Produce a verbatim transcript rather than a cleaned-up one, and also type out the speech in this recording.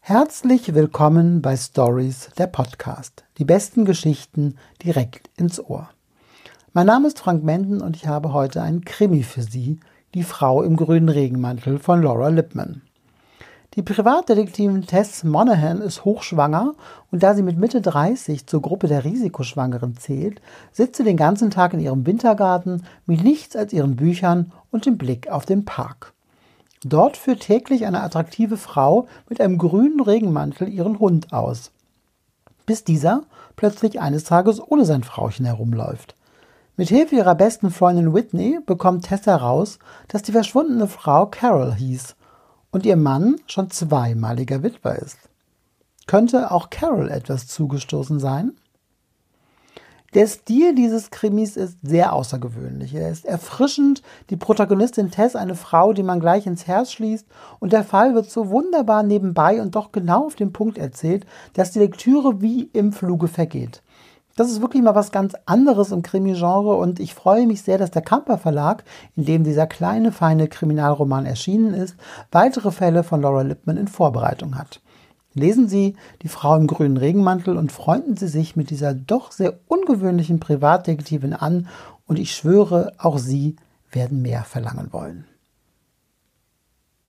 Herzlich willkommen bei Stories, der Podcast. Die besten Geschichten direkt ins Ohr. Mein Name ist Frank Menden und ich habe heute einen Krimi für Sie, Die Frau im grünen Regenmantel von Laura Lippman. Die Privatdetektivin Tess Monaghan ist hochschwanger und da sie mit Mitte dreißig zur Gruppe der Risikoschwangeren zählt, sitzt sie den ganzen Tag in ihrem Wintergarten mit nichts als ihren Büchern und dem Blick auf den Park. Dort führt täglich eine attraktive Frau mit einem grünen Regenmantel ihren Hund aus, bis dieser plötzlich eines Tages ohne sein Frauchen herumläuft. Mit Hilfe ihrer besten Freundin Whitney bekommt Tess heraus, dass die verschwundene Frau Carol hieß und ihr Mann schon zweimaliger Witwer ist. Könnte auch Carol etwas zugestoßen sein? Der Stil dieses Krimis ist sehr außergewöhnlich. Er ist erfrischend, die Protagonistin Tess eine Frau, die man gleich ins Herz schließt, und der Fall wird so wunderbar nebenbei und doch genau auf den Punkt erzählt, dass die Lektüre wie im Fluge vergeht. Das ist wirklich mal was ganz anderes im Krimi-Genre und ich freue mich sehr, dass der Kamper Verlag, in dem dieser kleine, feine Kriminalroman erschienen ist, weitere Fälle von Laura Lippman in Vorbereitung hat. Lesen Sie Die Frau im grünen Regenmantel und freunden Sie sich mit dieser doch sehr ungewöhnlichen Privatdetektivin an und ich schwöre, auch Sie werden mehr verlangen wollen.